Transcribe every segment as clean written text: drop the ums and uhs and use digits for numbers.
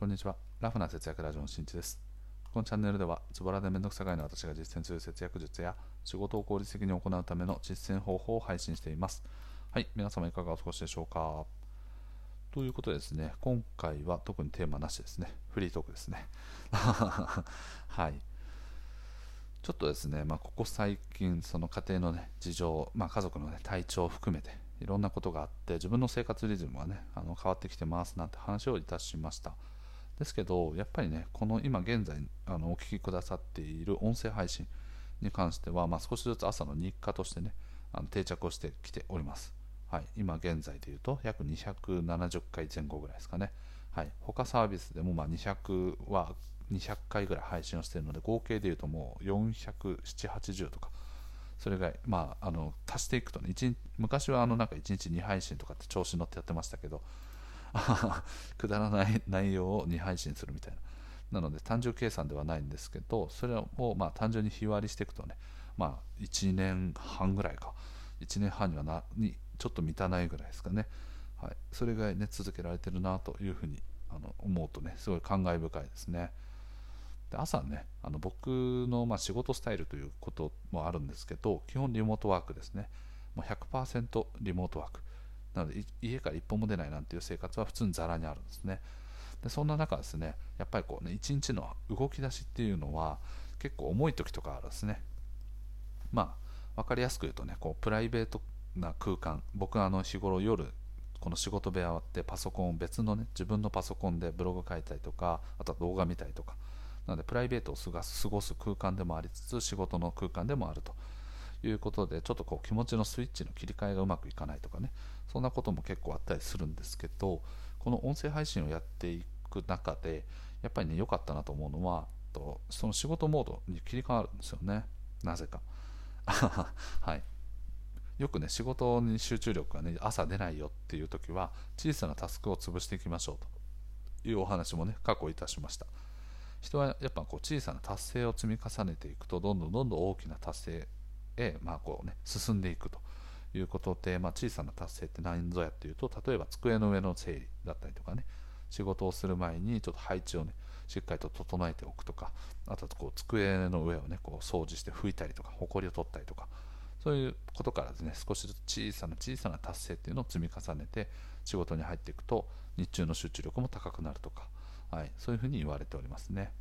こんにちは。ラフな節約ラジオのしんいちです。このチャンネルでは、ズボラでめんどくさがいの私が実践する節約術や仕事を効率的に行うための実践方法を配信しています。はい、皆様いかがお過ごしでしょうか。ということでですね、今回は特にテーマなしですね。フリートークですね。はい。ちょっとですね、ここ最近、その家庭のね、事情、家族のね、体調を含めて、いろんなことがあって、自分の生活リズムがね、変わってきてますなんて話をいたしました。ですけど、やっぱりね、この今現在お聞きくださっている音声配信に関しては、少しずつ朝の日課としてね、定着をしてきております。はい、今現在でいうと約270回前後ぐらいですかね。はい、他サービスでも200は200回ぐらい配信をしているので、合計でいうともう470、80とか、それぐらい、足していくとね、昔はなんか1日2配信とかって調子に乗ってやってましたけど、くだらない内容を2配信するみたいな。なので単純計算ではないんですけど、それを単純に日割りしていくとね、1年半ぐらいか、1年半にはにちょっと満たないぐらいですかね。はい、それぐらいね続けられてるなというふうに思うとね、すごい感慨深いですね。で、朝ね、僕の仕事スタイルということもあるんですけど、基本リモートワークですね。もう 100% リモートワークなので、家から一歩も出ないなんていう生活は普通にザラにあるんですね。で、そんな中ですね、やっぱりこうね、一日の動き出しっていうのは結構重い時とかあるんですね。分かりやすく言うとね、こうプライベートな空間、僕は日頃夜この仕事部屋でパソコンを別のね、自分のパソコンでブログ書いたりとか、あとは動画見たりとか、なのでプライベートを過ごす空間でもありつつ、仕事の空間でもあるということで、ちょっとこう気持ちのスイッチの切り替えがうまくいかないとかね、そんなことも結構あったりするんですけど、この音声配信をやっていく中でやっぱりね、良かったなと思うのは、その仕事モードに切り替わるんですよね、なぜか。はい、よくね、仕事に集中力がね、朝出ないよっていう時は、小さなタスクを潰していきましょうというお話もね、過去いたしました。人はやっぱこう小さな達成を積み重ねていくと、どんどんどんどん大きな達成へ進んでいくということで、小さな達成って何ぞやっていうと、例えば机の上の整理だったりとかね、仕事をする前にちょっと配置をねしっかりと整えておくとか、あとこう机の上をねこう掃除して拭いたりとか、埃を取ったりとか、そういうことからですね、少しずつ小さな小さな達成っていうのを積み重ねて仕事に入っていくと、日中の集中力も高くなるとか、はい、そういうふうに言われておりますね。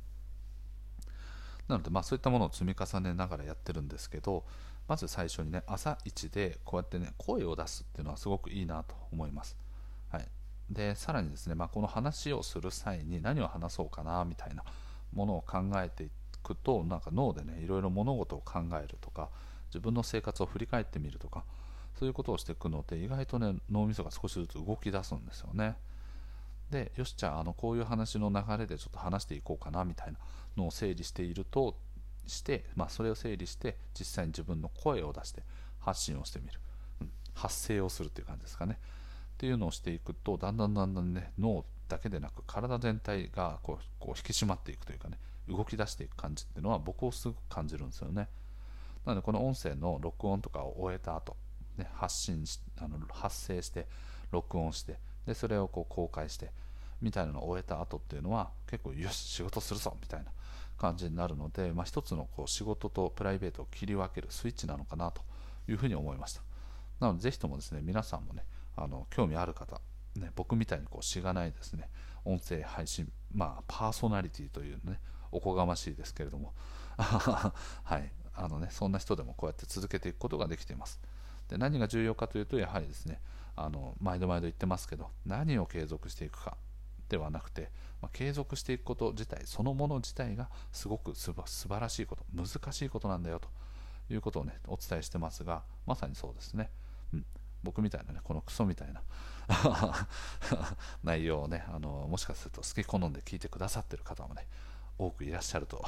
なので、そういったものを積み重ねながらやってるんですけど、まず最初にね、朝一でこうやってね、声を出すっていうのはすごくいいなと思います。はい。で、さらにですね、この話をする際に何を話そうかなみたいなものを考えていくと、なんか脳でね、いろいろ物事を考えるとか、自分の生活を振り返ってみるとか、そういうことをしていくので、意外とね、脳みそが少しずつ動き出すんですよね。で、よし、じゃあ、こういう話の流れでちょっと話していこうかなみたいなのを整理しているとして、それを整理して実際に自分の声を出して発信をしてみる、発声をするっていう感じですかね。っていうのをしていくと、だんだんだんだんね、脳だけでなく体全体がこう引き締まっていくというかね、動き出していく感じっていうのは僕をすごく感じるんですよね。なので、この音声の録音とかを終えた後、ね、発声して録音して、でそれをこう公開してみたいなのを終えた後っていうのは、結構よし仕事するぞみたいな感じになるので、一つのこう仕事とプライベートを切り分けるスイッチなのかなというふうに思いました。なのでぜひともですね、皆さんもね、興味ある方、ね、僕みたいにこうしがないですね、音声配信、パーソナリティというね、おこがましいですけれどもはい、そんな人でもこうやって続けていくことができています。で、何が重要かというと、やはりですね、毎度毎度言ってますけど、何を継続していくかではなくて、継続していくこと自体そのもの自体がすごく素晴らしいこと、難しいことなんだよということをねお伝えしてますが、まさにそうですね。僕みたいなね、このクソみたいな内容をね、もしかすると好き好んで聞いてくださってる方もね、多くいらっしゃると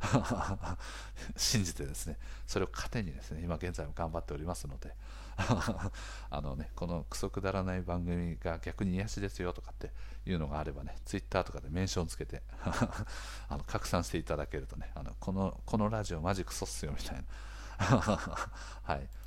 信じてですね、それを糧にですね、今現在も頑張っておりますのでこのクソくだらない番組が逆に癒しですよとかっていうのがあればね、ツイッターとかでメンションつけて拡散していただけるとね、このラジオマジクソっすよみたいなはい、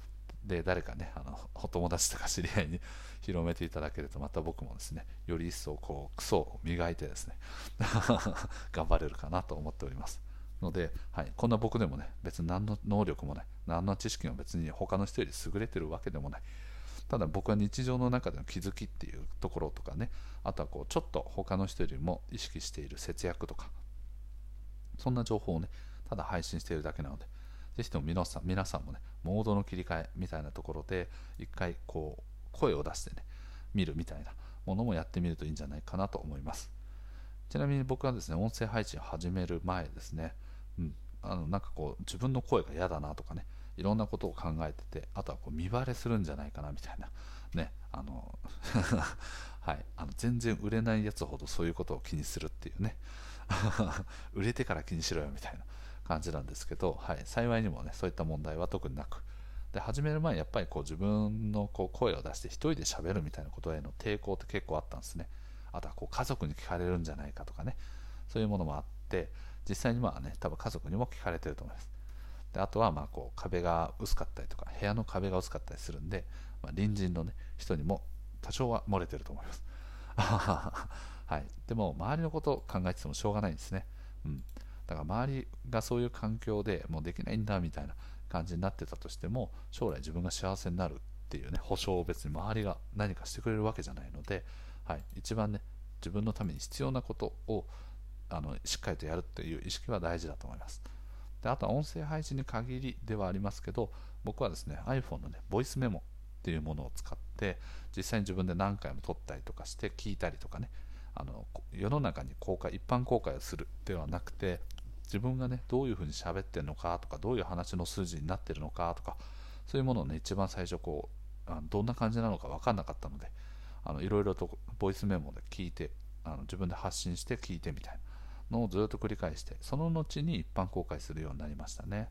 で誰かねお友達とか知り合いに広めていただけると、また僕もですねより一層こうクソを磨いてですね頑張れるかなと思っておりますので、はい、こんな僕でもね別に何の能力もない、何の知識も別に他の人より優れてるわけでもない。ただ僕は日常の中での気づきっていうところとかね、あとはこうちょっと他の人よりも意識している節約とか、そんな情報をねただ配信しているだけなので、ぜひとも皆さんもねモードの切り替えみたいなところで一回こう声を出してね見るみたいなものもやってみるといいんじゃないかなと思います。ちなみに僕はですね音声配信を始める前ですね、なんかこう自分の声が嫌だなとかね、いろんなことを考えてて、あとはこう見バレするんじゃないかなみたいなね、はい、全然売れないやつほどそういうことを気にするっていうね売れてから気にしろよみたいな感じなんですけど、はい、幸いにもねそういった問題は特になく、で始める前にやっぱりこう自分のこう声を出して一人で喋るみたいなことへの抵抗って結構あったんですね。あとはこう家族に聞かれるんじゃないかとかね、そういうものもあって、実際にまあね多分家族にも聞かれてると思います。であとはまあこう壁が薄かったりとか部屋の壁が薄かったりするんで、隣人の、ね、人にも多少は漏れてると思いますはい、でも周りのことを考えててもしょうがないんですね、だから周りがそういう環境でもうできないんだみたいな感じになってたとしても、将来自分が幸せになるっていうね保証を別に周りが何かしてくれるわけじゃないので、はい、一番ね自分のために必要なことをしっかりとやるっていう意識は大事だと思います。であとは音声配信に限りではありますけど、僕はですね iPhone のねボイスメモっていうものを使って実際に自分で何回も撮ったりとかして聞いたりとかね、世の中に一般公開をするではなくて、自分がねどういうふうに喋ってるのかとか、どういう話の数字になってるのかとか、そういうものをね一番最初どんな感じなのか分かんなかったので、いろいろとボイスメモで聞いて自分で発信して聞いてみたいなのをずっと繰り返して、その後に一般公開するようになりましたね。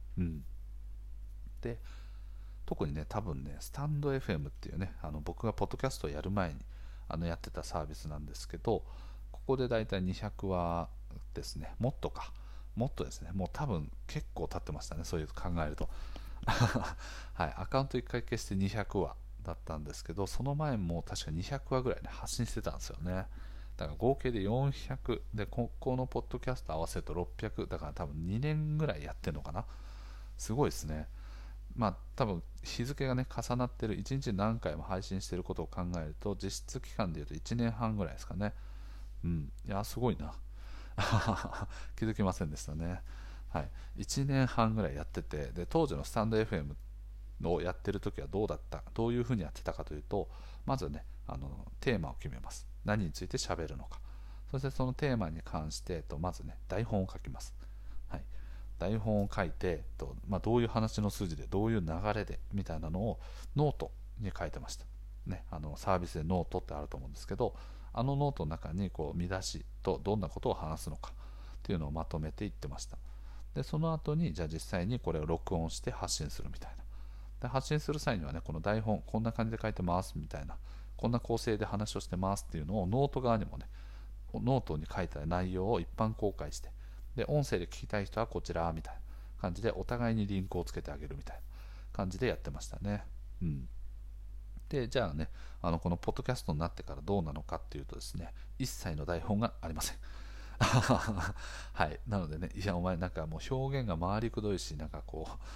で特にね多分ねスタンド FM っていうね僕がポッドキャストをやる前にやってたサービスなんですけど、ここでだいたい200話ですね、もっとですね、もう多分結構経ってましたね、そういう考えるとはい、アカウント1回消して200話だったんですけど、その前も確か200話ぐらいね発信してたんですよね。だから合計で400で、ここのポッドキャスト合わせると600だから、多分2年ぐらいやってるのかな。すごいですね。多分日付がね重なってる、1日何回も配信してることを考えると、実質期間でいうと1年半ぐらいですかね。いやすごいな気づきませんでしたね。はい、1年半ぐらいやってて、で当時のスタンド FM をやってる時はどういうふうにやってたかというと、まずねテーマを決めます。何について喋るのか、そしてそのテーマに関して、まずね台本を書きます。はい、台本を書いてどういう話の筋でどういう流れでみたいなのをノートに書いてました、ね、サービスでノートってあると思うんですけど、ノートの中に見出しとどんなことを話すのかっていうのをまとめていってました。でその後にじゃあ実際にこれを録音して発信するみたいな。で発信する際にはねこの台本こんな感じで書いてますみたいな、こんな構成で話をしてますっていうのをノート側にもね、ノートに書いた内容を一般公開して、で音声で聞きたい人はこちらみたいな感じでお互いにリンクをつけてあげるみたいな感じでやってましたね。でじゃあねこのポッドキャストになってからどうなのかっていうとですね、一切の台本がありませんはい、なのでね、いやお前なんかもう表現が回りくどいし、なんか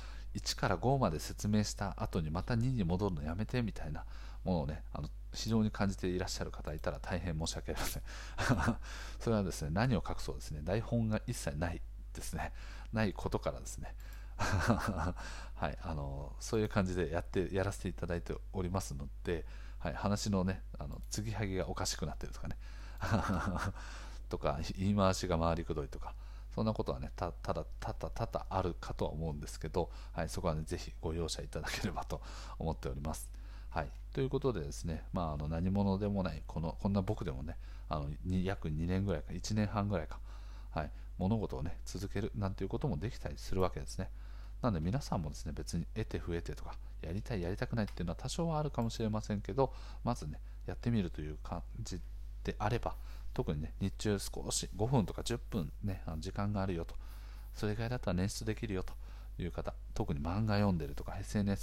1から5まで説明した後にまた2に戻るのやめてみたいなものをね非常に感じていらっしゃる方いたら大変申し訳ありませんそれはですね、何を隠そうですね、台本が一切ないですね、ないことからですねはい、そういう感じでやらせていただいておりますので、はい、話のね継ぎはぎがおかしくなってるんですかねとか言い回しが回りくどいとか、そんなことはね多々あるかとは思うんですけど、はい、そこはねぜひご容赦いただければと思っております。はい、ということでですね、何者でもないこんな僕でもね約2年ぐらいか1年半ぐらいか、はい、物事をね続けるなんていうこともできたりするわけですね。なので皆さんもですね、別に得て増えてとかやりたいやりたくないっていうのは多少はあるかもしれませんけど、まずねやってみるという感じであれば、特にね日中少し5分とか10分ね時間があるよと、それ以外だったら捻出できるよという方、特に漫画読んでるとか SNS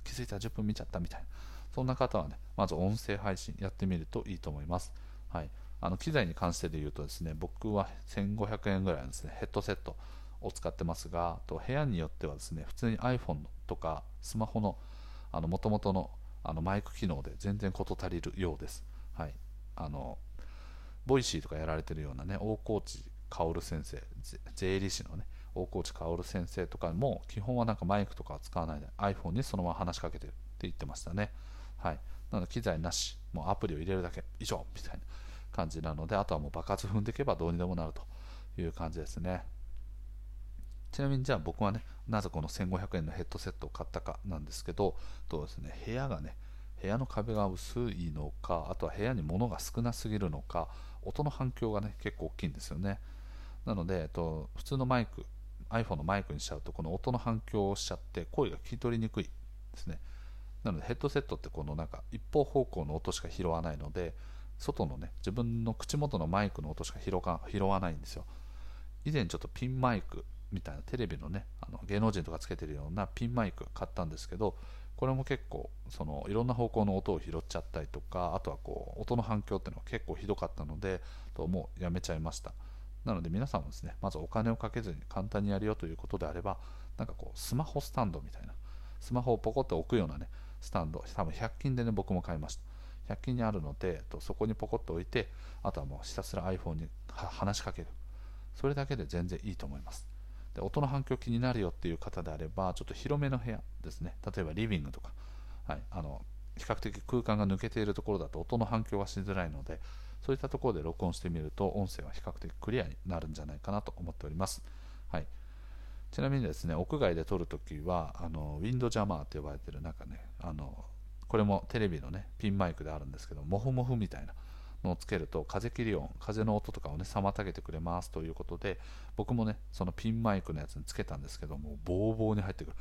気づいたら10分見ちゃったみたいな、そんな方はね、まず音声配信やってみるといいと思います。はい、機材に関してで言うとですね、僕は1500円ぐらいのですね、ヘッドセットを使ってますが、部屋によってはですね、普通に iPhone とかスマホの元々のマイク機能で全然事足りるようです。はい、ボイシーとかやられてるようなね、大河内薫先生、税理士のね、大河内薫先生とかも基本はなんかマイクとかは使わないで iPhone にそのまま話しかけてるって言ってましたね。はい、なので機材なし、もうアプリを入れるだけ以上みたいな感じなので、あとはもう爆発踏んでいけばどうにでもなるという感じですね。ちなみにじゃあ僕はね、なぜこの1500円のヘッドセットを買ったかなんですけど、ですね、部屋の壁が薄いのか、あとは部屋に物が少なすぎるのか、音の反響がね結構大きいんですよね。なので、普通のマイク、iPhone のマイクにしちゃうとこの音の反響をしちゃって声が聞き取りにくいですね。なのでヘッドセットってこのなんか一方方向の音しか拾わないので、外のね自分の口元のマイクの音しか拾わないんですよ。以前ちょっとピンマイクみたいなテレビのね、芸能人とかつけてるようなピンマイク買ったんですけど、これも結構いろんな方向の音を拾っちゃったりとか、あとはこう音の反響っていうのが結構ひどかったのでもうやめちゃいました。なので皆さんもですね、まずお金をかけずに簡単にやるよということであれば、なんかこうスマホスタンドみたいな、スマホをポコッと置くようなねスタンド、多分100均でね僕も買いました。100均にあるのでそこにポコッと置いて、あとはもうひたすら iPhone に話しかける、それだけで全然いいと思います。で、音の反響気になるよっていう方であれば、ちょっと広めの部屋ですね、例えばリビングとか、はい、比較的空間が抜けているところだと音の反響がしづらいので、そういったところで録音してみると音声は比較的クリアになるんじゃないかなと思っております。はい、ちなみにですね、屋外で撮るときはウィンドジャマーって呼ばれてるなんかね、これもテレビのねピンマイクであるんですけど、モフモフみたいなのをつけると風切り音、風の音とかをね妨げてくれますということで、僕もねそのピンマイクのやつにつけたんですけども、ボーボーに入ってくる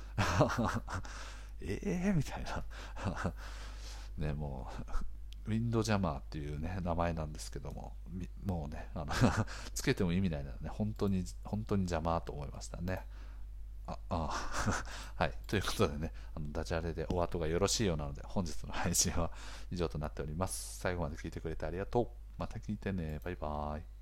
みたいなね、もうウィンドジャマーっていうね名前なんですけども、もうねつけても意味ないのでね、本当に邪魔と思いましたね。はい、ということでね、ダジャレでお後がよろしいようなので、本日の配信は以上となっております。最後まで聞いてくれてありがとう。また聞いてね。バイバイ。